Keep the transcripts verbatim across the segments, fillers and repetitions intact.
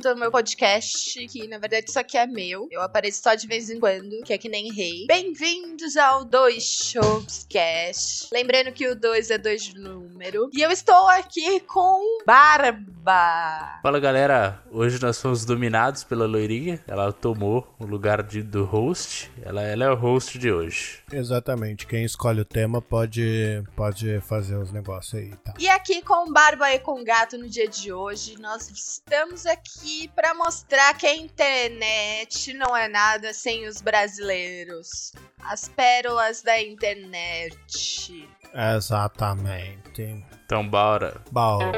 ao meu podcast, que na verdade isso aqui é meu. Eu apareço só de vez em quando, que é que nem rei. Bem-vindos ao Dois Shops Cast. Lembrando que o dois é dois de número. E eu estou aqui com Barba. Fala, galera. Hoje nós fomos dominados pela loirinha. Ela tomou o lugar de, do host. Ela, ela é o host de hoje. Exatamente. Quem escolhe o tema pode, pode fazer os negócios aí. Tá. E aqui com Barba e com Gato no dia de hoje, nós estamos aqui para mostrar que a internet não é nada sem os brasileiros. As pérolas da internet. Exatamente. Então, bora. Bora.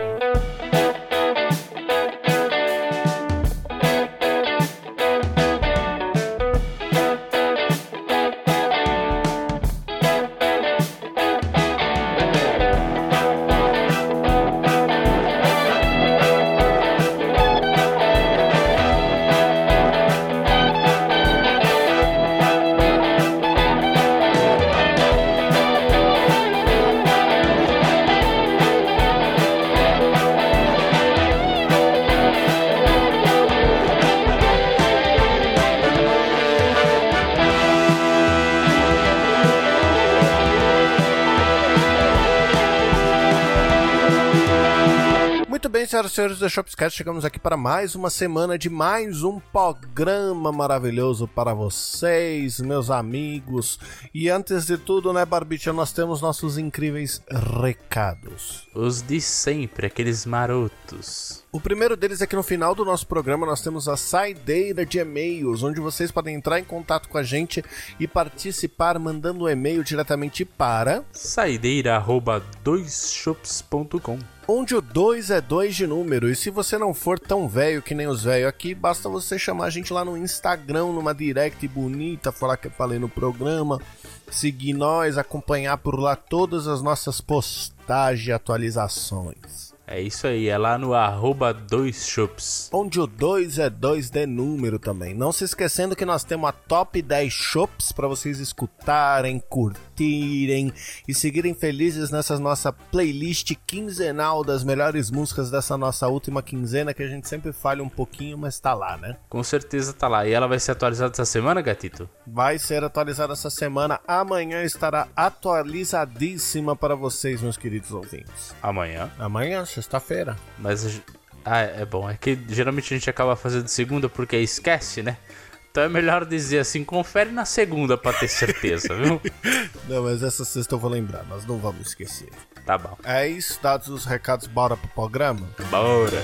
Senhoras e senhores do Shopscast, chegamos aqui para mais uma semana de mais um programa maravilhoso para vocês, meus amigos. E antes de tudo, né, Barbicha, nós temos nossos incríveis recados. Os de sempre, aqueles marotos. O primeiro deles é que no final do nosso programa nós temos a saideira de e-mails, onde vocês podem entrar em contato com a gente e participar mandando um e-mail diretamente para saideira arroba dois shops ponto com, onde o dois é dois de número. E se você não for tão velho que nem os velhos aqui, basta você chamar a gente lá no Instagram, numa direct bonita, falar que eu falei no programa, seguir nós, acompanhar por lá todas as nossas postagens e atualizações. É isso aí, é lá no arroba dois shops. Onde o dois é dois de número também. Não se esquecendo que nós temos a top dez shops para vocês escutarem, curtirem e seguirem felizes nessa nossa playlist quinzenal das melhores músicas dessa nossa última quinzena, que a gente sempre falha um pouquinho, mas tá lá, né? Com certeza tá lá. E ela vai ser atualizada essa semana, Gatito? Vai ser atualizada essa semana. Amanhã estará atualizadíssima para vocês, meus queridos ouvintes. Amanhã? Amanhã, sexta-feira. Mas, ah, é bom, é que geralmente a gente acaba fazendo segunda porque esquece, né? Então é melhor dizer assim, confere na segunda pra ter certeza, viu? Não, mas essa sexta eu vou lembrar, nós não vamos esquecer. Tá bom. É isso, dados os recados, bora pro programa? Bora!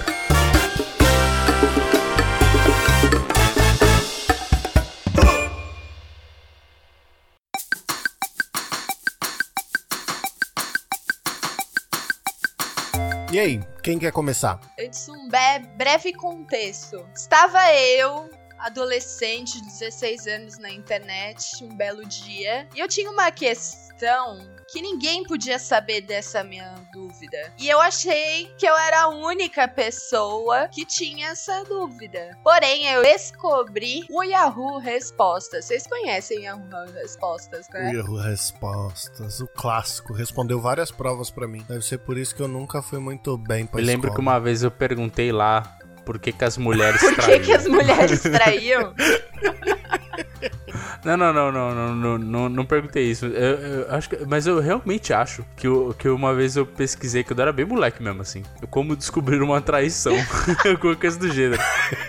E aí, quem quer começar? Antes, um be- breve contexto. Estava eu, adolescente, dezesseis anos, na internet, um belo dia, e eu tinha uma questão que ninguém podia saber dessa minha dúvida. E eu achei que eu era a única pessoa que tinha essa dúvida. Porém, eu descobri o Yahoo Respostas. Vocês conhecem Yahoo Respostas, né? O Yahoo Respostas, o clássico. Respondeu várias provas pra mim. Deve ser por isso que eu nunca fui muito bem pra Me escola. lembro que uma vez eu perguntei lá por que que as mulheres por traíam. que que as mulheres traíam? Não, não, não, não, não, não, não, não perguntei isso. Eu, eu acho que, mas eu realmente acho que, eu, que uma vez eu pesquisei, que eu era bem moleque mesmo, assim. Como descobrir uma traição. Alguma coisa do gênero.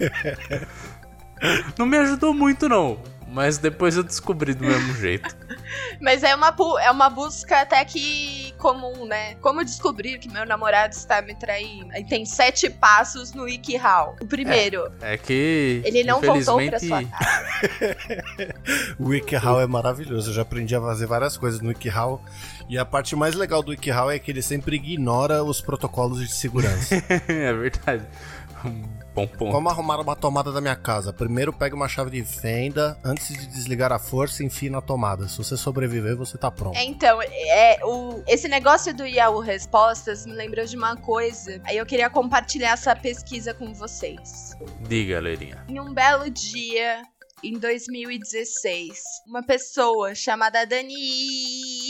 Não me ajudou muito, não. Mas depois eu descobri do mesmo jeito. Mas é uma, é uma busca até que comum, né? Como descobrir que meu namorado está me traindo? Aí tem sete passos no WikiHow. O primeiro... É, é que... Ele não voltou pra infelizmente... sua casa. O WikiHow é maravilhoso. Eu já aprendi a fazer várias coisas no WikiHow. E a parte mais legal do WikiHow é que ele sempre ignora os protocolos de segurança. É verdade. Bom ponto. Como arrumar uma tomada da minha casa? Primeiro pega uma chave de fenda, antes de desligar a força, enfie na tomada. Se você sobreviver, você tá pronto. É, então, é, o, esse negócio do Yahoo Respostas me lembrou de uma coisa. Aí eu queria compartilhar essa pesquisa com vocês. Diga, Leirinha. Em um belo dia, em dois mil e dezesseis, uma pessoa chamada Dani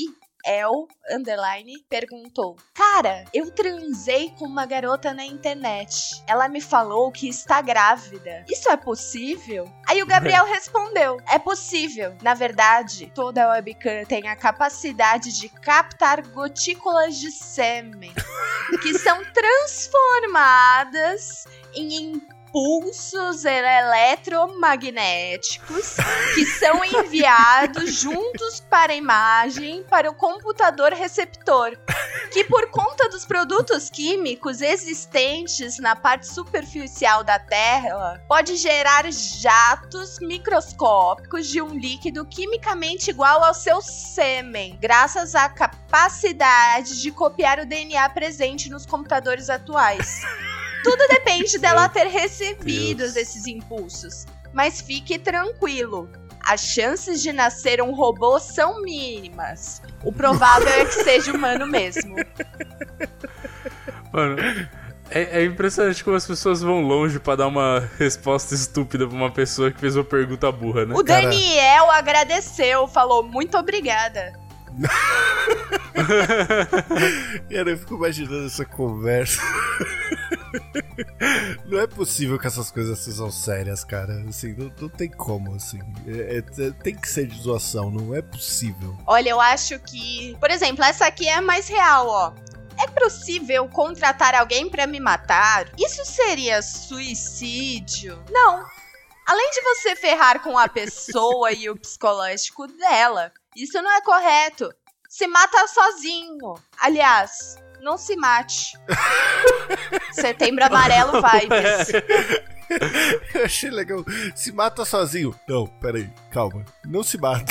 El, underline, perguntou: Cara, eu transei com uma garota na internet. Ela me falou que está grávida. Isso é possível? Aí o Gabriel respondeu: É possível. Na verdade, toda webcam tem a capacidade de captar gotículas de sêmen que são transformadas em impulsos eletromagnéticos que são enviados juntos para a imagem para o computador receptor, que por conta dos produtos químicos existentes na parte superficial da Terra, pode gerar jatos microscópicos de um líquido quimicamente igual ao seu sêmen, graças à capacidade de copiar o D N A presente nos computadores atuais. Tudo depende dela ter recebido Deus. esses impulsos. Mas fique tranquilo, as chances de nascer um robô são mínimas. O provável é que seja humano mesmo. Mano, é, é impressionante como as pessoas vão longe pra dar uma resposta estúpida pra uma pessoa que fez uma pergunta burra, né? O Daniel agradeceu, falou muito obrigada. Cara, eu fico imaginando essa conversa. Não é possível que essas coisas sejam sérias, cara. Assim, não, não tem como, assim. É, é, tem que ser de zoação, não é possível. Olha, eu acho que... Por exemplo, essa aqui é mais real, ó. É possível contratar alguém pra me matar? Isso seria suicídio? Não. Além de você ferrar com a pessoa e o psicológico dela, isso não é correto. Se mata sozinho. Aliás, não se mate. Setembro Amarelo vibes. Eu achei legal. Se mata sozinho. Não, peraí, calma. Não se mata.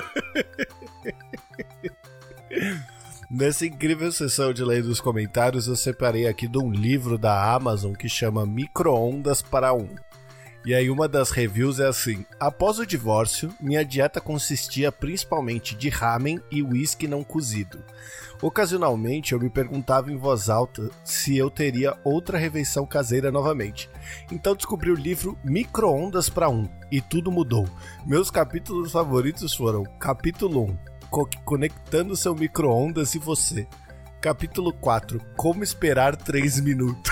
Nessa incrível sessão de lei dos comentários, eu separei aqui de um livro da Amazon que chama Micro-ondas para um. E aí uma das reviews é assim: após o divórcio, minha dieta consistia principalmente de ramen e uísque não cozido. Ocasionalmente eu me perguntava em voz alta se eu teria outra refeição caseira novamente. Então descobri o livro Micro-ondas para um e tudo mudou. Meus capítulos favoritos foram: capítulo um, Co- conectando seu micro-ondas e você. Capítulo quatro, como esperar três minutos.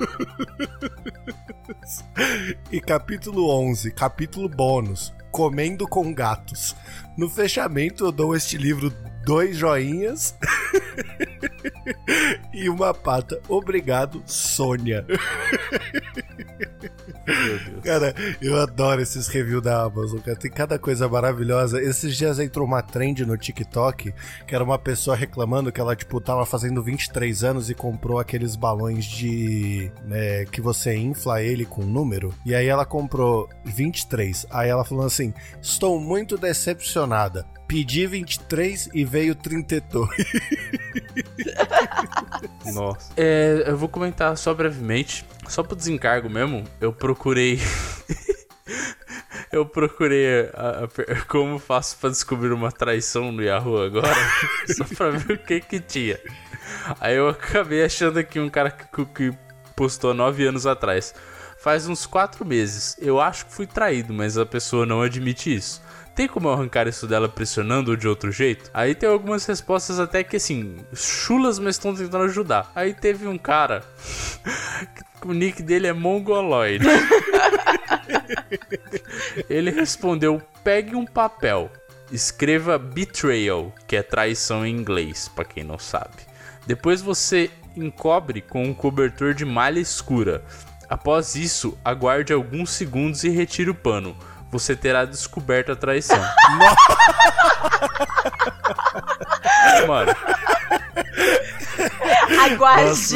E capítulo onze, capítulo bônus, comendo com gatos. No fechamento eu dou este livro dois joinhas e uma pata. Obrigado, Sônia. Meu Deus. Cara, eu adoro esses reviews da Amazon, cara. Tem cada coisa maravilhosa. Esses dias entrou uma trend no TikTok, que era uma pessoa reclamando que ela, tipo, tava fazendo vinte e três anos e comprou aqueles balões de... né, que você infla ele com um número. E aí ela comprou vinte e três. Aí ela falou assim: estou muito decepcionada. Pedi vinte e três e veio trinta e dois. Nossa. É, eu vou comentar só brevemente. Só pro desencargo mesmo, eu procurei... eu procurei a, a, como faço pra descobrir uma traição no Yahoo agora. Só pra ver o que que tinha. Aí eu acabei achando aqui um cara que, que postou nove anos atrás. Faz uns quatro meses. Eu acho que fui traído, mas a pessoa não admite isso. Tem como eu arrancar isso dela pressionando ou de outro jeito? Aí tem algumas respostas até que assim, chulas, mas estão tentando ajudar. Aí teve um cara, o nick dele é Mongoloid. Ele respondeu: pegue um papel, escreva betrayal, que é traição em inglês, pra quem não sabe. Depois você encobre com um cobertor de malha escura. Após isso, aguarde alguns segundos e retire o pano. Você terá descoberto a traição. Mano. Aguarde.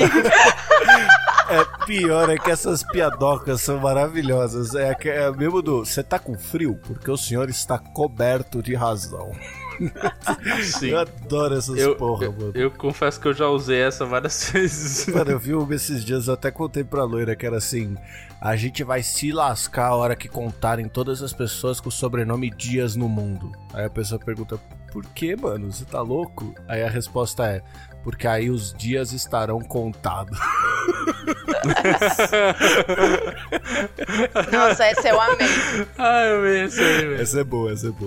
É pior, é que essas piadocas são maravilhosas. É, que- é mesmo do... Você tá com frio? Porque o senhor está coberto de razão. Sim. Eu adoro essas Eu, porra, eu, mano. eu confesso que eu já usei essa várias vezes. Mano, eu vi uma esses dias, eu até contei pra loira que era assim: a gente vai se lascar a hora que contarem todas as pessoas com o sobrenome Dias no mundo. Aí a pessoa pergunta: por que, mano? Você tá louco? Aí a resposta é: porque aí os dias estarão contados. Nossa, essa eu amei. Ah, eu amei essa aí, velho. Essa é boa, essa é boa.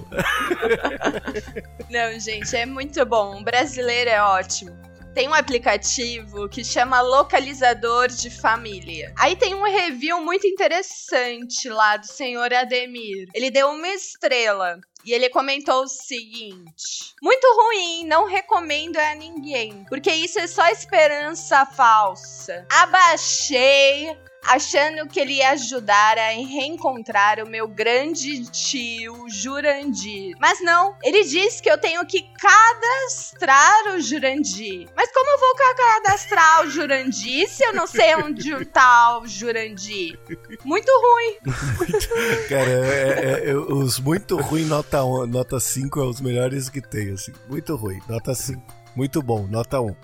Não, gente, é muito bom. O brasileiro é ótimo. Tem um aplicativo que chama Localizador de Família. Aí tem um review muito interessante lá do senhor Ademir. Ele deu uma estrela. E ele comentou o seguinte: muito ruim, não recomendo a ninguém, porque isso é só esperança falsa. Abaixei, achando que ele ia ajudar a reencontrar o meu grande tio Jurandir. Mas não, ele disse que eu tenho que cadastrar o Jurandir. Mas como eu vou cadastrar o Jurandir se eu não sei onde tá o Jurandir? Muito ruim. Cara, é, é, é, os muito ruim nota, um, nota cinco é os melhores que tem, assim. Muito ruim, nota cinco. Muito bom, nota um.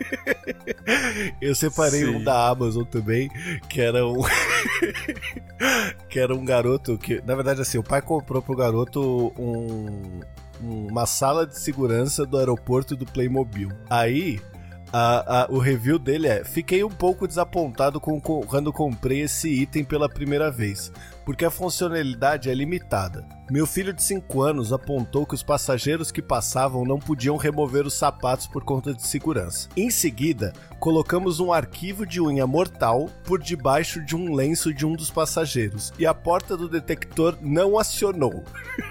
Eu separei Sim. um da Amazon também, que era um... que era um garoto que... Na verdade, assim, o pai comprou pro garoto um... uma sala de segurança do aeroporto do Playmobil. Aí... A, a, o review dele é: fiquei um pouco desapontado com, com, quando comprei esse item pela primeira vez, porque a funcionalidade é limitada. Meu filho de cinco anos apontou que os passageiros que passavam não podiam remover os sapatos por conta de segurança. Em seguida, colocamos um arquivo de unha mortal por debaixo de um lenço de um dos passageiros e a porta do detector não acionou.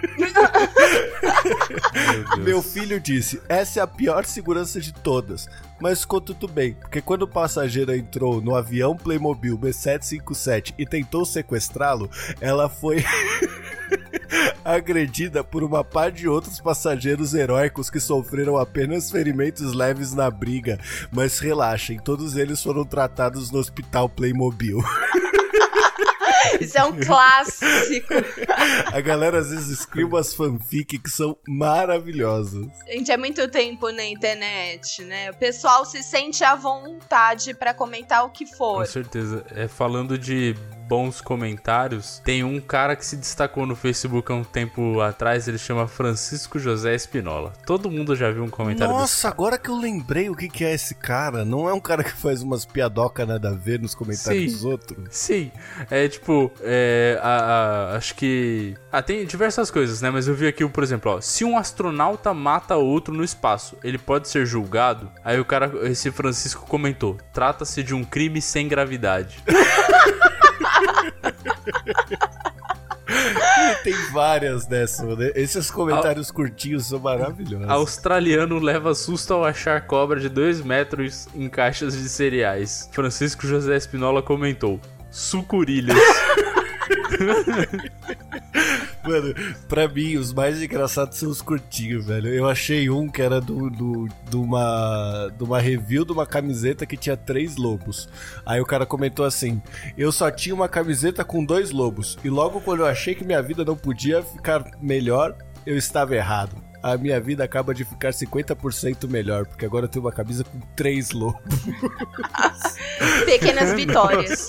Meu, Meu filho disse: essa é a pior segurança de todas. Mas ficou tudo bem, porque quando o passageiro entrou no avião Playmobil B setecentos e cinquenta e sete e tentou sequestrá-lo, ela foi agredida por uma par de outros passageiros heróicos que sofreram apenas ferimentos leves na briga. Mas relaxem, todos eles foram tratados no hospital Playmobil. Isso é um clássico. A galera às vezes escreve umas fanfic que são maravilhosas. Gente, é muito tempo na internet, né? O pessoal se sente à vontade pra comentar o que for. Com certeza. É, falando de bons comentários, tem um cara que se destacou no Facebook há um tempo atrás, ele chama Francisco José Espinola. Todo mundo já viu um comentário desse. Nossa, agora que eu lembrei o que, que é esse cara, não é um cara que faz umas piadocas nada a ver nos comentários Sim. dos outros? Sim, é tipo, é, a, a, acho que... Ah, tem diversas coisas, né? Mas eu vi aqui, por exemplo, ó, se um astronauta mata outro no espaço, ele pode ser julgado? Aí o cara, esse Francisco comentou: trata-se de um crime sem gravidade. Tem várias dessas, né? Esses comentários Au... curtinhos são maravilhosos. Australiano leva susto ao achar cobra de dois metros em caixas de cereais. Francisco José Espinola comentou: sucurilhas. Mano, pra mim, os mais engraçados são os curtinhos, velho. Eu achei um que era do, do, de, uma, de uma review de uma camiseta que tinha três lobos. Aí o cara comentou assim: eu só tinha uma camiseta com dois lobos, e logo quando eu achei que minha vida não podia ficar melhor, eu estava errado. A minha vida acaba de ficar cinquenta por cento melhor, porque agora eu tenho uma camisa com três lobos. Pequenas vitórias.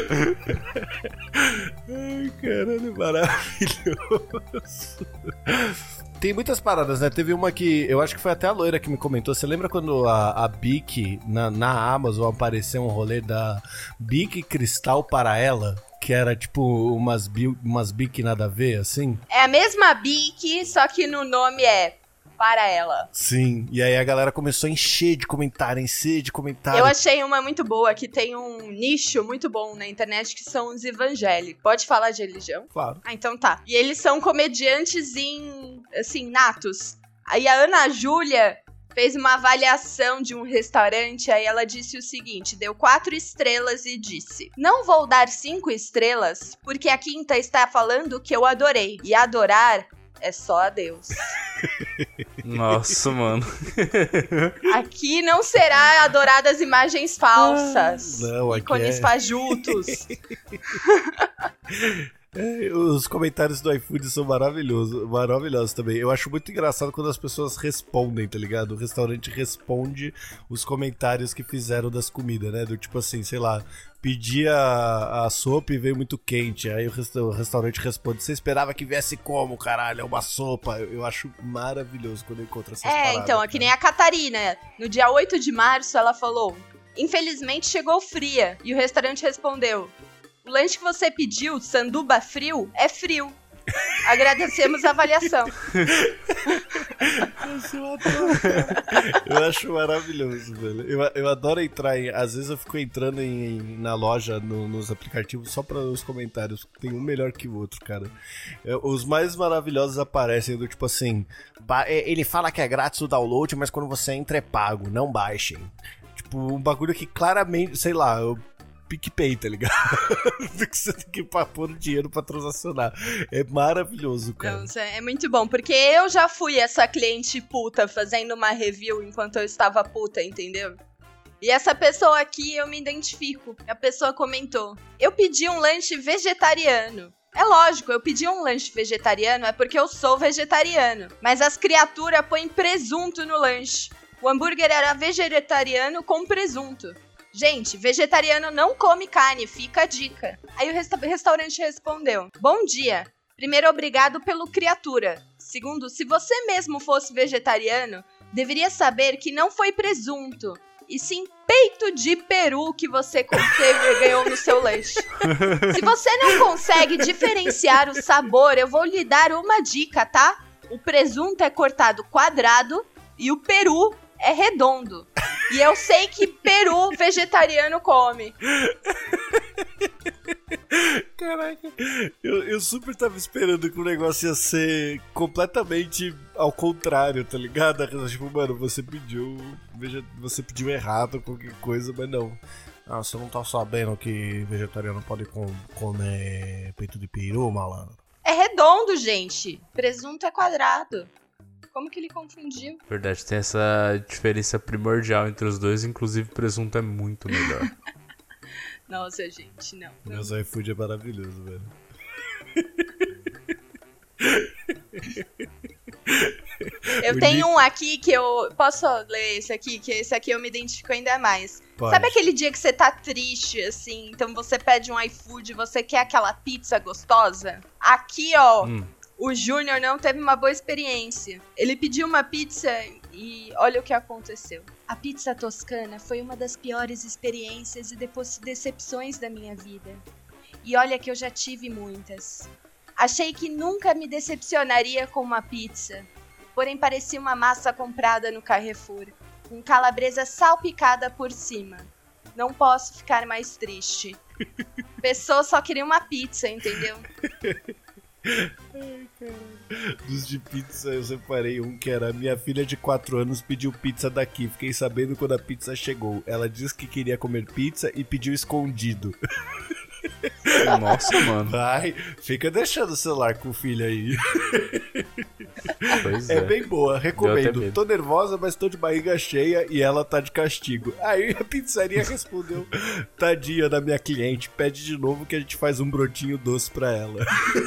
Ai, caralho, maravilhoso. Tem muitas paradas, né? Teve uma que eu acho que foi até a loira que me comentou. Você lembra quando a, a Bic, na, na Amazon, apareceu um rolê da Bic Cristal para ela? Que era tipo umas, bi, umas Bic nada a ver, assim? É a mesma Bic, só que no nome é para ela. Sim, e aí a galera começou a encher de comentário, encher de comentário. Eu achei uma muito boa, que tem um nicho muito bom na internet, que são os evangélicos. Pode falar de religião? Claro. Ah, então tá. E eles são comediantes em, assim, natos. Aí a Ana Júlia fez uma avaliação de um restaurante, aí ela disse o seguinte, deu quatro estrelas e disse: não vou dar cinco estrelas, porque a quinta está falando que eu adorei, e adorar é só a Deus. Nossa, mano. Aqui não será adoradas imagens falsas, não, aqui ícones é... fajutos. É, os comentários do iFood são maravilhosos, maravilhosos também. Eu acho muito engraçado quando as pessoas respondem, tá ligado? O restaurante responde os comentários que fizeram das comidas, né? Do tipo assim, sei lá, pedi a, a sopa e veio muito quente. Aí o, resta- o restaurante responde: você esperava que viesse como, caralho? É uma sopa. Eu, eu acho maravilhoso quando eu encontro essas É, paradas. então, é que nem a Catarina. No dia oito de março, ela falou: Infelizmente chegou fria e o restaurante respondeu: o lanche que você pediu, sanduba frio, é frio. Agradecemos a avaliação. Eu adoro, cara. Eu acho maravilhoso, velho. Eu, eu adoro entrar em... Às vezes eu fico entrando em, em, na loja, no, nos aplicativos, só para os comentários. Tem um melhor que o outro, cara. É, os mais maravilhosos aparecem do tipo assim... Ele fala que é grátis o download, mas quando você entra é pago, não baixem. Tipo, um bagulho que claramente, sei lá... Eu, PicPay, tá ligado? Que você tem que pôr dinheiro pra transacionar. É maravilhoso, cara. Não, é muito bom, porque eu já fui essa cliente puta fazendo uma review enquanto eu estava puta, entendeu? E essa pessoa aqui, eu me identifico. A pessoa comentou: eu pedi um lanche vegetariano. É lógico, eu pedi um lanche vegetariano é porque eu sou vegetariano. Mas as criaturas põem presunto no lanche. O hambúrguer era vegetariano com presunto. Gente, vegetariano não come carne, fica a dica. Aí o resta- restaurante respondeu: bom dia. Primeiro, obrigado pelo criatura. Segundo, se você mesmo fosse vegetariano, deveria saber que não foi presunto, e sim peito de peru que você teve, ganhou no seu lanche. Se você não consegue diferenciar o sabor, eu vou lhe dar uma dica, tá? O presunto é cortado quadrado e o peru é redondo. E eu sei que peru vegetariano come. Caraca, eu, eu super tava esperando que o negócio ia ser completamente ao contrário, tá ligado? Tipo, mano, você pediu, veja, você pediu errado qualquer coisa, mas não. Ah, você não tá sabendo que vegetariano pode com, comer peito de peru, malandro? É redondo, gente. Presunto é quadrado. Como que ele confundiu? Verdade, tem essa diferença primordial entre os dois, inclusive presunto é muito melhor. Nossa, gente, não. não. Meus iFood é maravilhoso, velho. Eu O tenho Nick... um aqui que eu... Posso ler esse aqui? Que esse aqui eu me identifico ainda mais. Pode. Sabe aquele dia que você tá triste, assim, então você pede um iFood e você quer aquela pizza gostosa? Aqui, ó... Hum. O Júnior não teve uma boa experiência. Ele pediu uma pizza e olha o que aconteceu. A pizza toscana foi uma das piores experiências e decepções da minha vida. E olha que eu já tive muitas. Achei que nunca me decepcionaria com uma pizza. Porém parecia uma massa comprada no Carrefour, com calabresa salpicada por cima. Não posso ficar mais triste. Pessoa só queria uma pizza, entendeu? Ai, cara. Dos de pizza eu separei um que era: minha filha de quatro anos pediu pizza daqui. Fiquei sabendo quando a pizza chegou. Ela disse que queria comer pizza e pediu escondido. Nossa, mano. Vai, fica deixando o celular com o filho aí. Pois é. É bem boa, recomendo. Tô nervosa, mas tô de barriga cheia e ela tá de castigo. Aí a pizzaria respondeu: tadinha da minha cliente, pede de novo que a gente faz um brotinho doce pra ela.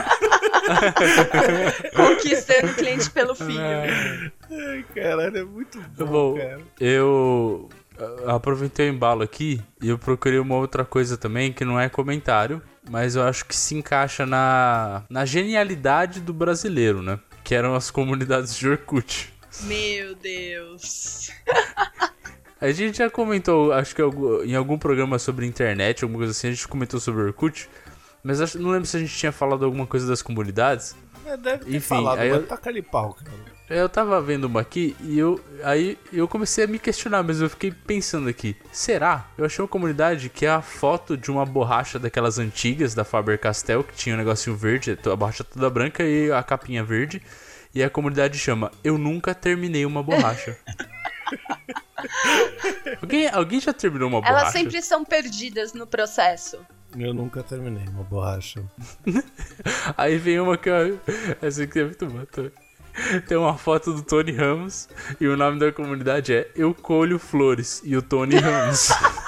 Conquistando o cliente pelo filho. Ai, caralho, é muito bom, bom cara. Eu aproveitei o embalo aqui e eu procurei uma outra coisa também que não é comentário, mas eu acho que se encaixa na, na genialidade do brasileiro, né? Que eram as comunidades de Orkut. Meu Deus. A gente já comentou, acho que em algum programa sobre internet, alguma coisa assim, a gente comentou sobre Orkut, mas acho, não lembro se a gente tinha falado alguma coisa das comunidades. É, deve ter Enfim, falado, aí mas eu... taca ali pau, cara. Eu tava vendo uma aqui e eu, aí eu comecei a me questionar, mas eu fiquei pensando aqui, será? Eu achei uma comunidade que é a foto de uma borracha daquelas antigas da Faber-Castell, que tinha um negocinho verde, a borracha toda branca e a capinha verde, e a comunidade chama Eu Nunca Terminei Uma Borracha. alguém, alguém já terminou uma borracha? Elas sempre são perdidas no processo. Eu nunca terminei uma borracha. Aí vem uma que eu... Essa aqui é muito boa também. Tem uma foto do Tony Ramos e o nome da comunidade é Eu Colho Flores e o Tony Ramos.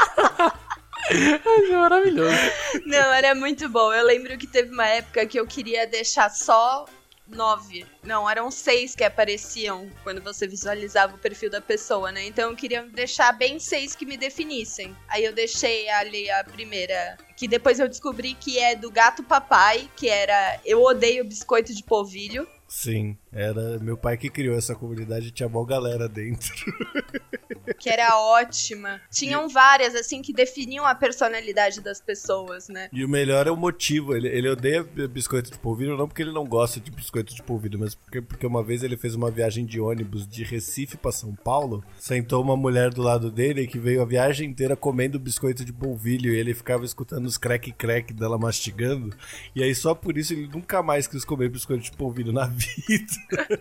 É maravilhoso. Não, era muito bom. Eu lembro que teve uma época que eu queria deixar só nove. Não, eram seis que apareciam quando você visualizava o perfil da pessoa, né? Então eu queria deixar bem seis que me definissem. Aí eu deixei ali a primeira, que depois eu descobri que é do Gato Papai, que era Eu Odeio Biscoito de Polvilho. Sim, Era meu pai que criou essa comunidade e tinha mó galera dentro. Que era ótima. Tinham várias, assim, que definiam a personalidade das pessoas, né? E o melhor é o motivo. Ele, ele odeia biscoito de polvilho, não porque ele não gosta de biscoito de polvilho, mas porque, porque uma vez ele fez uma viagem de ônibus de Recife pra São Paulo, sentou uma mulher do lado dele que veio a viagem inteira comendo biscoito de polvilho e ele ficava escutando os crack-crack dela mastigando. E aí só por isso ele nunca mais quis comer biscoito de polvilho na vida.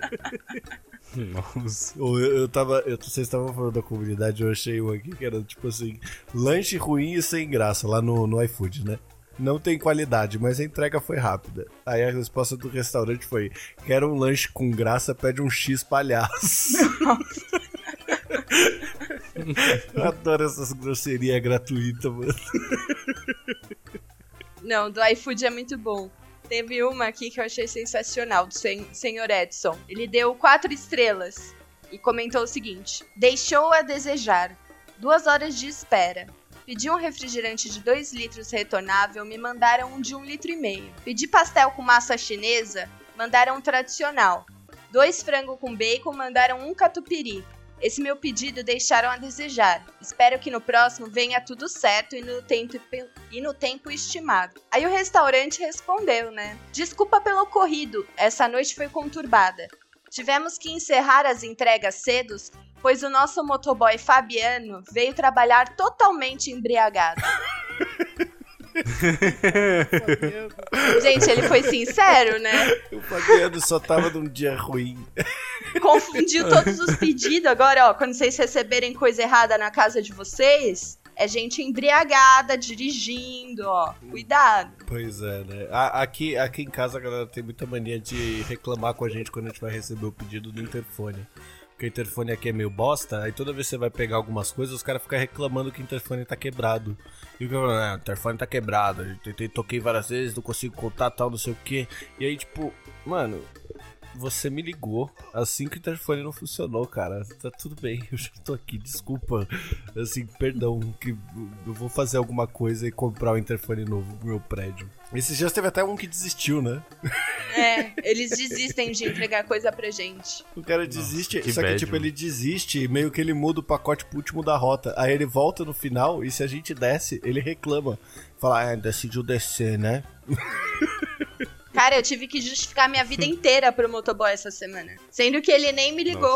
Nossa. Eu, eu tava. Eu, vocês estavam falando da comunidade, eu achei um aqui que era tipo assim: lanche ruim e sem graça lá no, no iFood, né? Não tem qualidade, mas a entrega foi rápida. Aí a resposta do restaurante foi: quero um lanche com graça, pede um X palhaço. Eu adoro essas grosserias gratuitas, mano. Não, do iFood é muito bom. Teve uma aqui que eu achei sensacional, do sen- senhor Edson. Ele deu quatro estrelas e comentou o seguinte: deixou a desejar. Duas horas de espera. Pedi um refrigerante de dois litros retornável, me mandaram um de um litro e meio. Pedi pastel com massa chinesa, mandaram um tradicional. Dois frango com bacon, mandaram um catupiry. Esse meu pedido deixaram a desejar. Espero que no próximo venha tudo certo e no tempo, e no tempo estimado. Aí o restaurante respondeu, né? Desculpa pelo ocorrido, essa noite foi conturbada. Tivemos que encerrar as entregas cedos, pois o nosso motoboy Fabiano veio trabalhar totalmente embriagado. Gente, ele foi sincero, né? O Fabiano só tava num dia ruim. Confundiu todos os pedidos. Agora, ó, quando vocês receberem coisa errada na casa de vocês, é gente embriagada, dirigindo, ó. Cuidado. Pois é, né? A- Aqui, aqui em casa a galera tem muita mania de reclamar com a gente quando a gente vai receber o pedido do interfone. Porque o interfone aqui é meio bosta, aí toda vez que você vai pegar algumas coisas, os caras ficam reclamando que o interfone tá quebrado. E o cara fala, ah, o interfone tá quebrado, eu tentei, toquei várias vezes, não consigo contar, tal, não sei o que. E aí, tipo, mano, você me ligou assim que o interfone não funcionou, cara. Tá tudo bem, eu já tô aqui, desculpa. Assim, perdão, que eu vou fazer alguma coisa e comprar um interfone novo pro meu prédio. Esses dias teve até um que desistiu, né? É, eles desistem de entregar coisa pra gente. O cara desiste, Nossa, que só que bad, tipo, mano. ele desiste e meio que ele muda o pacote pro último da rota. Aí ele volta no final e se a gente desce, ele reclama. Fala, ah, decidiu descer, né? Cara, eu tive que justificar minha vida inteira pro motoboy essa semana. Sendo que ele nem me ligou.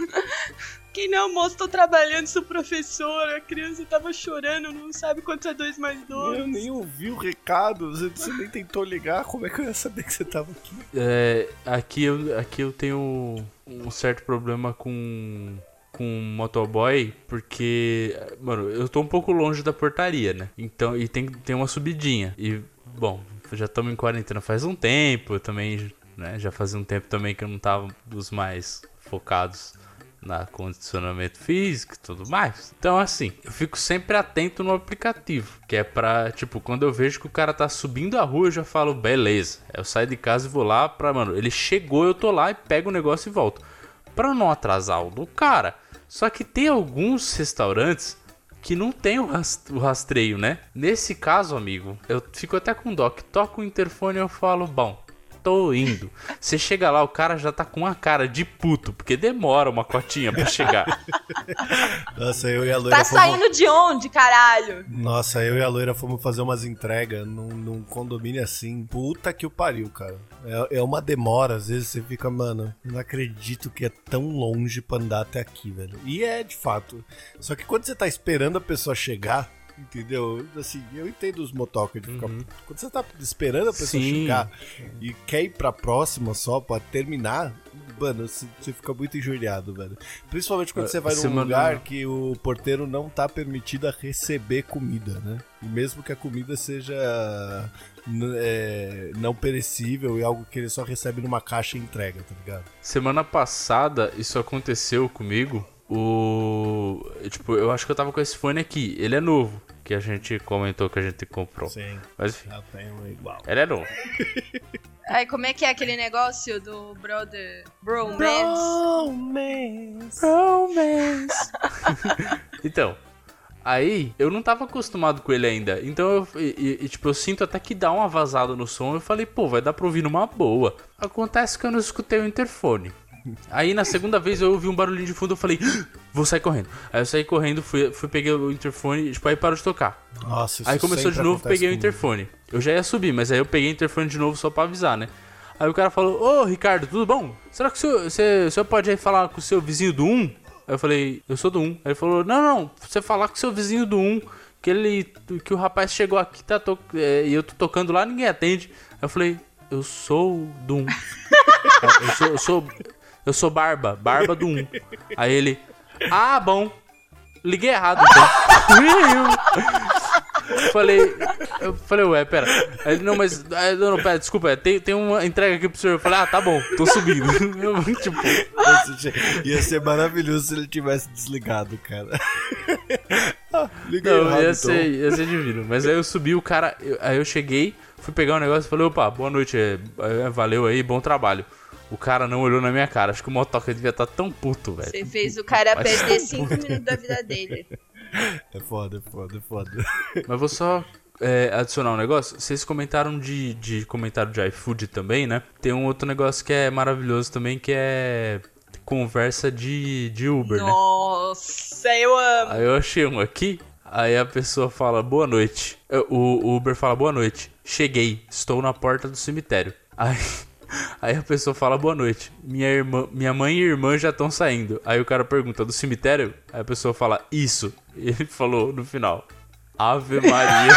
Que não, moço, tô trabalhando, sou professora, a criança tava chorando, não sabe quanto é dois mais dois. Eu nem ouvi o recado, você, você nem tentou ligar, como é que eu ia saber que você tava aqui? É, aqui, eu, aqui eu tenho um certo problema com, com motoboy, porque, mano, eu tô um pouco longe da portaria, né? Então, e tem, tem uma subidinha. E, bom, já estamos em quarentena faz um tempo, eu também, né? Já fazia um tempo também que eu não tava dos mais focados na condicionamento físico e tudo mais. Então, assim, eu fico sempre atento no aplicativo, que é pra, tipo, quando eu vejo que o cara tá subindo a rua, eu já falo, beleza. Eu saio de casa e vou lá pra, mano, ele chegou, eu tô lá e pego o negócio e volto. Pra não atrasar o do cara. Só que tem alguns restaurantes que não tem o, rast- o rastreio, né? Nesse caso, amigo, eu fico até com dó, que toca o interfone e eu falo, bom, tô indo. Você chega lá, o cara já tá com uma cara de puto, porque demora uma cotinha pra chegar. Nossa, eu e a loira Tá fomos... saindo de onde, caralho? Nossa, eu e a loira fomos fazer umas entregas num, num condomínio assim. Puta que o pariu, cara. É, é uma demora, às vezes você fica, mano, não acredito que é tão longe pra andar até aqui, velho. E é, de fato. Só que quando você tá esperando a pessoa chegar, entendeu? Assim, eu entendo os motoca de ficar... Uhum. Quando você tá esperando a pessoa Sim. chegar e quer ir pra próxima só pra terminar, mano, você você fica muito injuriado, velho. Principalmente quando você vai num Semana- lugar que o porteiro não tá permitido a receber comida, né? E mesmo que a comida seja n- é, não perecível e algo que ele só recebe numa caixa e entrega, tá ligado? Semana passada, isso aconteceu comigo. O... Tipo, eu acho que eu tava com esse fone aqui. Ele é novo, que a gente comentou que a gente comprou. Sim. Mas enfim, Já tem um igual. ele é novo. Ai, como é que é aquele negócio do brother... Bromance? Romance. Romance. Então, Aí, eu não tava acostumado com ele ainda. Então, eu, e, e, tipo, eu sinto até que dá uma vazada no som. Eu falei, pô, vai dar pra ouvir numa boa. Acontece que eu não escutei o interfone. Aí, na segunda vez, eu ouvi um barulhinho de fundo. Eu falei, vou sair correndo. Aí eu saí correndo, fui, fui peguei o interfone. Tipo, aí parou de tocar. Nossa, isso Aí começou de novo, peguei comigo. o interfone. Eu já ia subir, mas aí eu peguei o interfone de novo só pra avisar, né? Aí o cara falou, ô, Ricardo, tudo bom? Será que o senhor, você, o senhor pode aí falar com o seu vizinho do um? Aí eu falei, eu sou do um. Aí ele falou, não, não, você falar com o seu vizinho do um, que ele, que o rapaz chegou aqui tá to- é, e eu tô tocando lá, ninguém atende. Aí eu falei, eu sou do um. eu, sou, eu, sou, eu sou Barba, Barba do um. Aí ele, ah, bom, liguei errado então. Eu falei, eu falei, ué, pera. Aí ele, não, mas, aí, não, não, pera, desculpa, tem, tem uma entrega aqui pro senhor. Eu falei, ah, tá bom, tô subindo. Eu, tipo, ia ser maravilhoso se ele tivesse desligado, cara. ah, liguei não, errado, ia, então. ser, ia ser divino. Mas aí eu subi, o cara, eu, aí eu cheguei, fui pegar um negócio e falei, opa, boa noite, é, é, valeu aí, bom trabalho. O cara não olhou na minha cara, acho que o motoca devia estar tão puto, velho. Você fez o cara perder cinco minutos da vida dele. É foda, é foda, é foda. Mas vou só é, adicionar um negócio. Vocês comentaram de, de comentário de iFood também, né? Tem um outro negócio que é maravilhoso também, que é conversa de, de Uber, né? Nossa, eu amo. Aí eu achei um aqui, aí a pessoa fala, boa noite. O, o Uber fala, boa noite. Cheguei, estou na porta do cemitério. Aí... Aí a pessoa fala, boa noite, minha, irmã, minha mãe e irmã já estão saindo. Aí o cara pergunta, do cemitério? Aí a pessoa fala, isso. E ele falou no final, Ave Maria.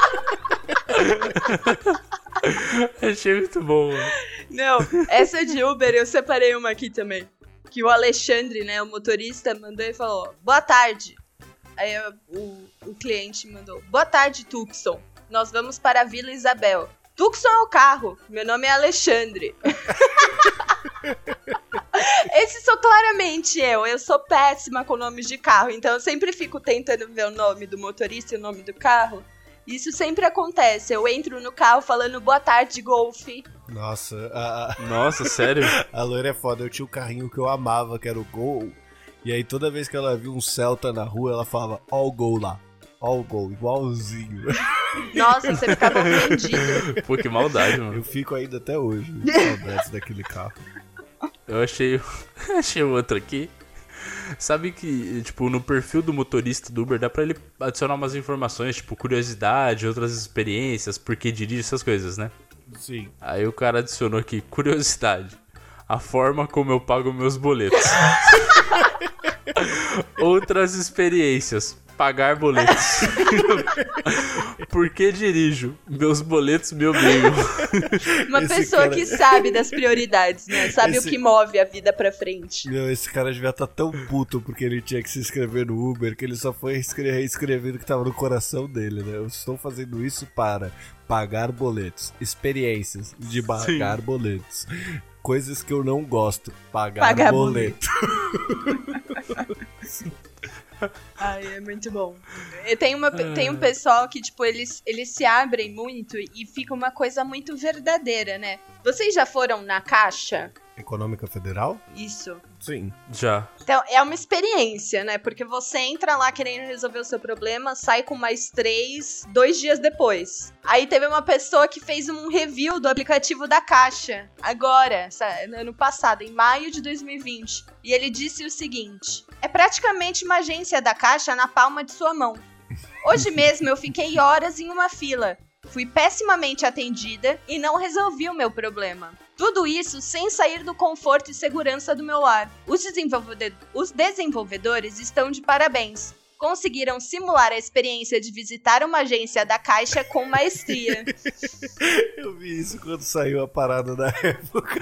Achei muito bom, mano. Não, essa de Uber eu separei uma aqui também. Que o Alexandre, né, o motorista, mandou e falou, boa tarde. Aí o, o cliente mandou, boa tarde, Tucson. Nós vamos para a Vila Isabel. Tucson é o carro, meu nome é Alexandre. Esse sou claramente eu, eu sou péssima com nomes de carro, então eu sempre fico tentando ver o nome do motorista e o nome do carro. Isso sempre acontece, eu entro no carro falando boa tarde, Golf. Nossa, a, a, Nossa, sério? a loira é foda, eu tinha um carrinho que eu amava, que era o Gol, e aí toda vez que ela via um Celta na rua, ela falava, ó o Gol lá. Ó o Gol, igualzinho. Nossa, você ficava ofendido. Pô, que maldade, mano. Eu fico ainda até hoje, saudades daquele carro. Eu achei, achei outro aqui. Sabe que, tipo, no perfil do motorista do Uber dá pra ele adicionar umas informações, tipo, curiosidade, outras experiências, por que dirige, essas coisas, né? Sim. Aí o cara adicionou aqui, curiosidade, a forma como eu pago meus boletos. Outras experiências, pagar boletos. Por que dirijo? Meus boletos me obrigam. Uma Esse pessoa cara- que sabe das prioridades, né? Sabe Esse- o que move a vida pra frente. Meu, esse cara devia estar tão puto porque ele tinha que se inscrever no Uber que ele só foi escre- escrevendo o que tava no coração dele, né? Eu estou fazendo isso para pagar boletos, experiências de pagar boletos, coisas que eu não gosto, pagar, Pagar boleto. Ai, é muito bom. E Tem, uma, tem um pessoal que, tipo, eles, eles se abrem muito e fica uma coisa muito verdadeira, né? Vocês já foram na Caixa? Econômica Federal? Isso. Sim. Já. Então, é uma experiência, né? Porque você entra lá querendo resolver o seu problema, sai com mais três, dois dias depois. Aí teve uma pessoa que fez um review do aplicativo da Caixa, agora, sa- no ano passado, em maio de dois mil e vinte. E ele disse o seguinte: é praticamente uma agência da Caixa na palma de sua mão. Hoje mesmo eu fiquei horas em uma fila. Fui pessimamente atendida e não resolvi o meu problema. Tudo isso sem sair do conforto e segurança do meu lar. Os, desenvolvede- os desenvolvedores estão de parabéns. Conseguiram simular a experiência de visitar uma agência da Caixa com maestria. Eu vi isso quando saiu a parada da época.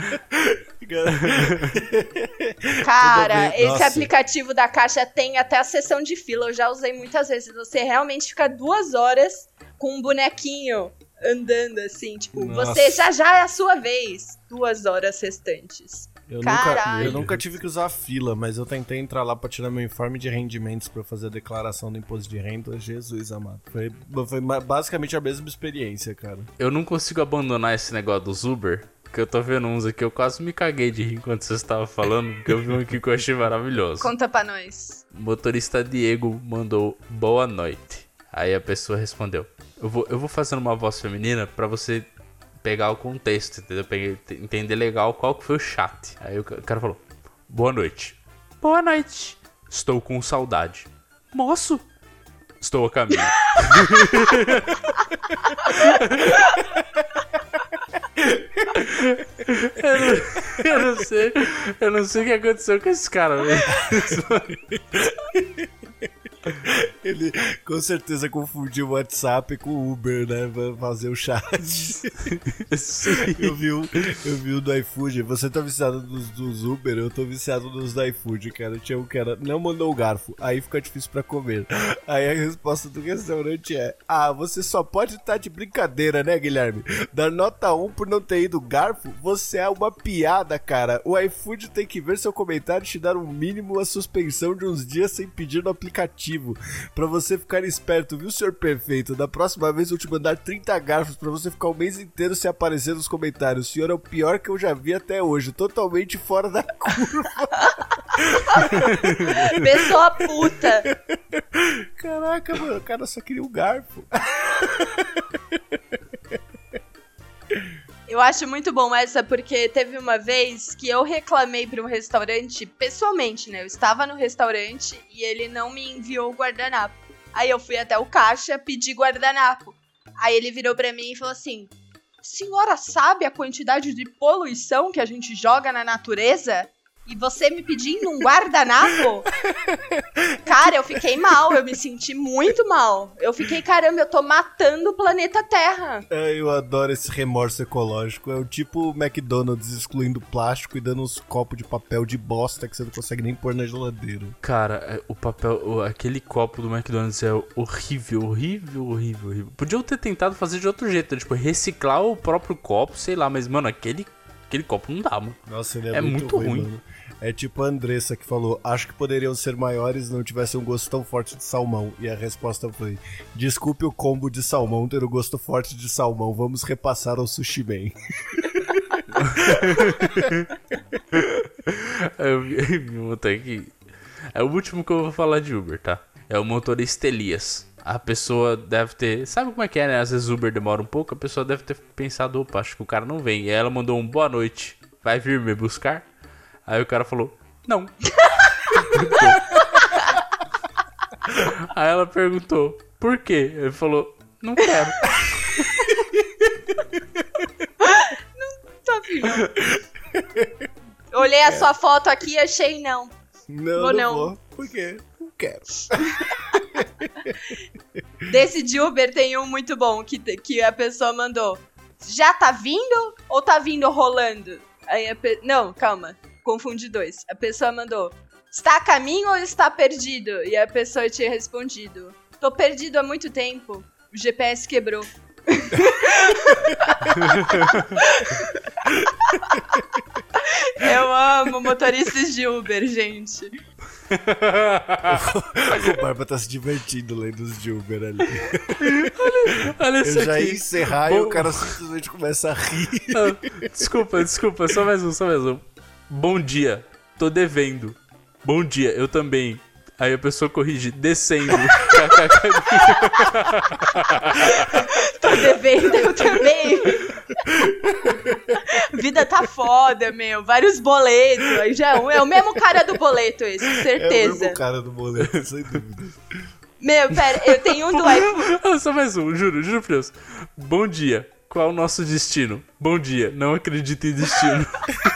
Cara, bem. esse Nossa. aplicativo da Caixa tem até a sessão de fila. Eu já usei muitas vezes. Você realmente fica duas horas com um bonequinho andando assim. Tipo, Nossa. você já já é a sua vez. Duas horas restantes. Eu nunca, Caralho. eu nunca tive que usar fila, mas eu tentei entrar lá pra tirar meu informe de rendimentos pra fazer a declaração do imposto de renda. Jesus amado. Foi, foi ma- basicamente a mesma experiência, cara. Eu não consigo abandonar esse negócio dos Uber. que eu tô vendo uns aqui, eu quase me caguei de rir enquanto você estava falando, porque eu vi um aqui que eu achei maravilhoso. Conta pra nós. O motorista Diego mandou boa noite. Aí a pessoa respondeu, eu vou, eu vou fazendo uma voz feminina pra você pegar o contexto, entendeu? Peguei, entender legal qual que foi o chat. Aí o cara falou, boa noite. Boa noite. Estou com saudade. Moço, estou a caminho. eu, não, eu não sei, eu não sei o que aconteceu com esse cara mesmo. Ele com certeza confundiu o WhatsApp com o Uber, né? Pra fazer o chat. Sim. Eu vi um, eu vi um do iFood. Você tá viciado dos, dos Uber? Eu tô viciado dos do iFood, cara. Tinha um que era, não mandou o garfo, aí fica difícil pra comer. Aí a resposta do restaurante é: ah, você só pode estar de brincadeira, né, Guilherme? Dar nota um por não ter ido garfo, você é uma piada, cara. O iFood tem que ver seu comentário e te dar um mínimo a suspensão de uns dias sem pedir no aplicativo. Pra você ficar esperto, viu, senhor perfeito? Da próxima vez eu te mandar trinta garfos pra você ficar o mês inteiro se aparecer nos comentários. O senhor é o pior que eu já vi até hoje. Totalmente fora da curva. Pessoa puta. Caraca, mano, o cara só queria um garfo. Eu acho muito bom essa, porque teve uma vez que eu reclamei pra um restaurante, pessoalmente, né? Eu estava no restaurante e ele não me enviou o guardanapo. Aí eu fui até o caixa, pedi guardanapo. Aí ele virou pra mim e falou assim, senhora sabe a quantidade de poluição que a gente joga na natureza? E você me pedindo um guardanapo? Cara, eu fiquei mal, eu me senti muito mal. Eu fiquei, caramba, eu tô matando o planeta Terra. É, eu adoro esse remorso ecológico. É o tipo McDonald's excluindo plástico e dando uns copos de papel de bosta que você não consegue nem pôr na geladeira. Cara, o papel, o, aquele copo do McDonald's é horrível, horrível, horrível, horrível. Podiam ter tentado fazer de outro jeito, tipo, reciclar o próprio copo, sei lá, mas, mano, aquele, aquele copo não dá, mano. Nossa, ele é, é muito, muito ruim, ruim. Mano. É tipo a Andressa que falou, acho que poderiam ser maiores se não tivesse um gosto tão forte de salmão. E a resposta foi, desculpe o combo de salmão ter o gosto forte de salmão, vamos repassar ao Sushi Man. eu vi aqui. É o último que eu vou falar de Uber, tá? É o motorista Elias. A pessoa deve ter... Sabe como é que é, né? Às vezes o Uber demora um pouco, a pessoa deve ter pensado, opa, acho que o cara não vem. E aí ela mandou um boa noite, vai vir me buscar? Aí o cara falou, não. Aí ela perguntou, por quê? Ele falou, não quero. Não tô vindo. Olhei a sua foto aqui e achei não. Não, vou não, não vou. Por quê? Não quero. Desse de Uber tem um muito bom que, que a pessoa mandou. Já tá vindo ou tá vindo rolando? Aí a pe... Não, calma. Confundi dois. A pessoa mandou, está a caminho ou está perdido? E a pessoa tinha respondido, tô perdido há muito tempo, o G P S quebrou. Eu amo motoristas de Uber, gente. O Barba tá se divertindo lendo os de Uber ali. Olha, olha isso Eu já aqui. ia encerrar Bom... e o cara simplesmente começa a rir. Ah, desculpa, desculpa, só mais um, só mais um. Bom dia, tô devendo. Bom dia, eu também. Aí a pessoa corrige, descendo. Tô devendo, eu também. Vida tá foda, meu. Vários boletos. Aí já é, um, é o mesmo cara do boleto esse, certeza. É o mesmo cara do boleto, sem dúvida. Meu, pera, eu tenho um do iPhone. Ah, só mais um, juro, juro por Deus. Bom dia, qual é o nosso destino? Bom dia, não acredito em destino.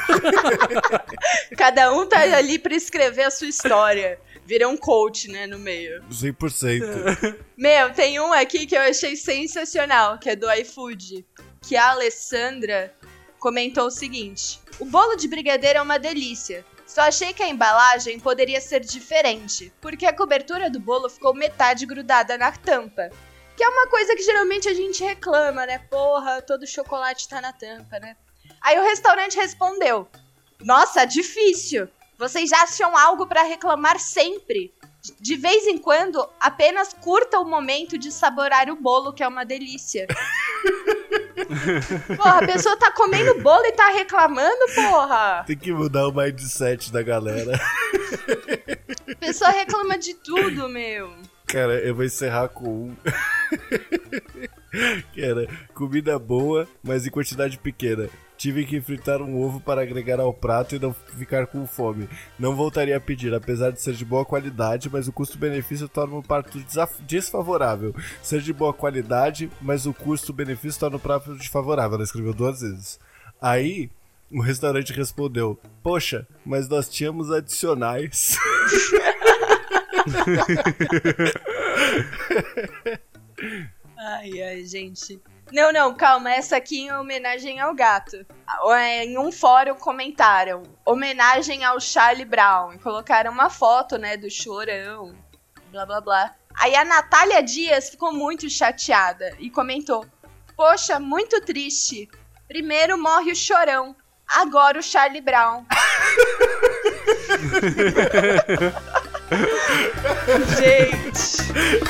Cada um tá ali pra escrever a sua história. Vira um coach, né, no meio. cem por cento. Meu, tem um aqui que eu achei sensacional, que é do iFood. Que a Alessandra comentou o seguinte. O bolo de brigadeiro é uma delícia. Só achei que a embalagem poderia ser diferente, porque a cobertura do bolo ficou metade grudada na tampa. Que é uma coisa que geralmente a gente reclama, né? Porra, todo chocolate tá na tampa, né? Aí o restaurante respondeu. Nossa, difícil. Vocês acham algo pra reclamar sempre. De vez em quando, apenas curta o momento de saborar o bolo, que é uma delícia. Porra, a pessoa tá comendo bolo e tá reclamando, porra. Tem que mudar o mindset da galera. A pessoa reclama de tudo, meu. Cara, eu vou encerrar com um. Que era comida boa, mas em quantidade pequena. Tive que fritar um ovo para agregar ao prato e não ficar com fome. Não voltaria a pedir, apesar de ser de boa qualidade, mas o custo-benefício torna o prato desfavorável. Ser de boa qualidade, mas o custo-benefício torna o prato desfavorável. Ela escreveu duas vezes. Aí, o restaurante respondeu: poxa, mas nós tínhamos adicionais. Ai, ai, gente. Não, não, calma, essa aqui em homenagem ao gato. Em um fórum comentaram: homenagem ao Charlie Brown. E colocaram uma foto, né, do Chorão, blá blá blá. Aí a Natália Dias ficou muito chateada e comentou: poxa, muito triste. Primeiro morre o Chorão, agora o Charlie Brown. Gente.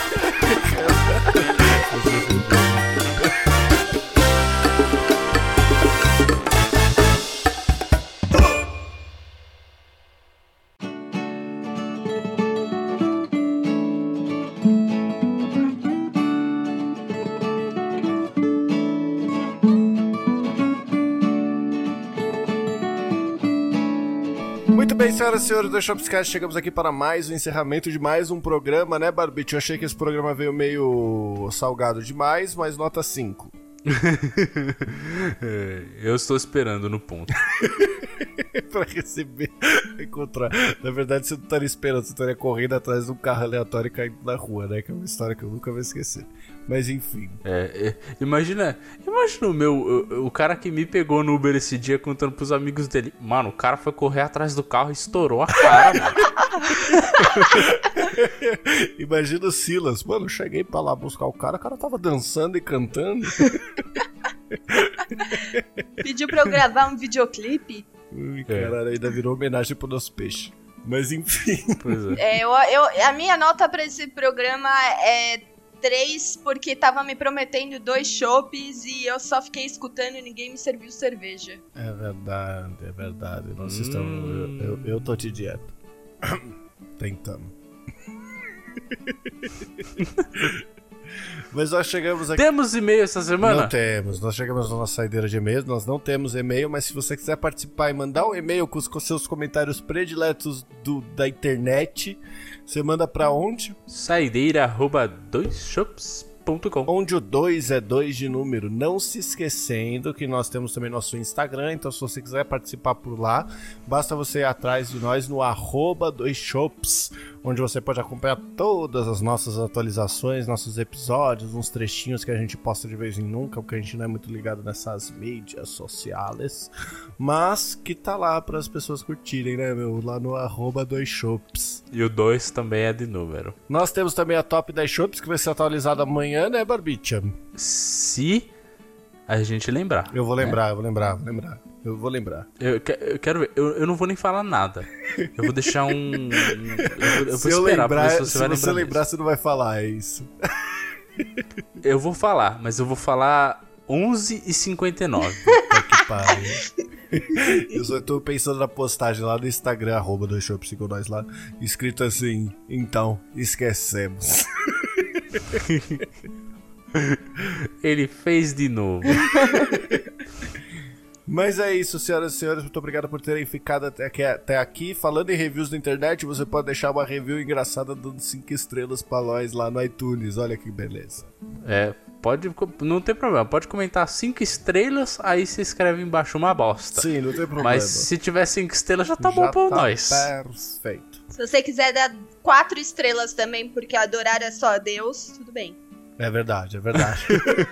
Muito bem, senhoras e senhores do Shopscast, chegamos aqui para mais um encerramento de mais um programa, né, Barbite? Eu achei que esse programa veio meio salgado demais, mas nota cinco. Eu estou esperando no ponto. Pra receber, encontrar. Na verdade, você não estaria esperando, você estaria correndo atrás de um carro aleatório e caindo na rua, né? Que é uma história que eu nunca vou esquecer. Mas enfim. É, é, imagina, imagina o meu, o, o cara que me pegou no Uber esse dia contando pros amigos dele. Mano, o cara foi correr atrás do carro e estourou a cara, mano. Imagina o Silas. Mano, eu cheguei pra lá buscar o cara, o cara tava dançando e cantando. Pediu pra eu gravar um videoclipe. Ui, caralho, ainda virou homenagem pro nosso peixe. Mas enfim. Pois é. É, eu, eu, a minha nota pra esse programa é três, porque tava me prometendo dois chopes e eu só fiquei escutando e ninguém me serviu cerveja. É verdade, é verdade. Nós Hum. estamos. Eu, eu, eu tô de dieta. Tentando. Mas nós chegamos aqui. Temos e-mail essa semana? Não temos, nós chegamos na nossa saideira de e-mails, nós não temos e-mail, mas se você quiser participar e mandar um e-mail com os com seus comentários prediletos do, da internet, você manda pra onde? Saideira arroba dois shops ponto com. Onde o dois é dois de número. Não se esquecendo que nós temos também nosso Instagram, então se você quiser participar por lá, basta você ir atrás de nós no arroba dois shops, onde você pode acompanhar todas as nossas atualizações, nossos episódios, uns trechinhos que a gente posta de vez em nunca, porque a gente não é muito ligado nessas mídias sociais, mas que tá lá para as pessoas curtirem, né, meu? Lá no arroba dois shops. E o dois também é de número. Nós temos também a Top dez Shops, que vai ser atualizada amanhã, né, Barbicha? Se a gente lembrar. Eu vou lembrar, né? eu vou lembrar, vou lembrar. Eu vou lembrar. Eu, que- eu quero ver. Eu, eu não vou nem falar nada. Eu vou deixar um. um- eu vou, eu Se vou eu esperar pra lembrar, ver se você se vai você lembrar. lembrar, você não vai falar, é isso. mesmo. Eu vou falar, mas eu vou falar onze e cinquenta e nove. Puta que pariu. Eu só tô pensando na postagem lá no Instagram, arroba dois shops com nós lá, escrito assim: então, esquecemos. Ele fez de novo. Mas é isso, senhoras e senhores, muito obrigado por terem ficado até aqui, até aqui. Falando em reviews da internet, você pode deixar uma review engraçada dando cinco estrelas pra nós lá no iTunes, olha que beleza. É, pode. Não tem problema. Pode comentar cinco estrelas, aí você escreve embaixo uma bosta. Sim, não tem problema. Mas se tiver cinco estrelas, já tá Já bom pra tá nós. perfeito. Se você quiser dar quatro estrelas também, porque adorar é só a Deus, tudo bem. É verdade, é verdade.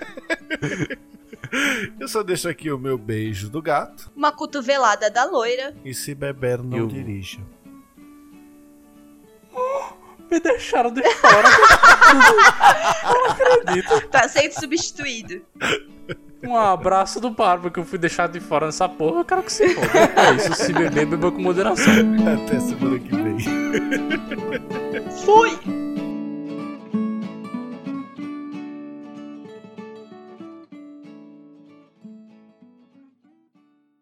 Eu só deixo aqui o meu beijo do gato. Uma cotovelada da loira. E se beber, não Eu- dirija. Me deixaram de fora. Eu não acredito. Tá sendo substituído. Um abraço do Barba que eu fui deixado de fora nessa porra. Eu quero que você foda. É isso, se beber, beba com moderação. Até semana que vem. Fui!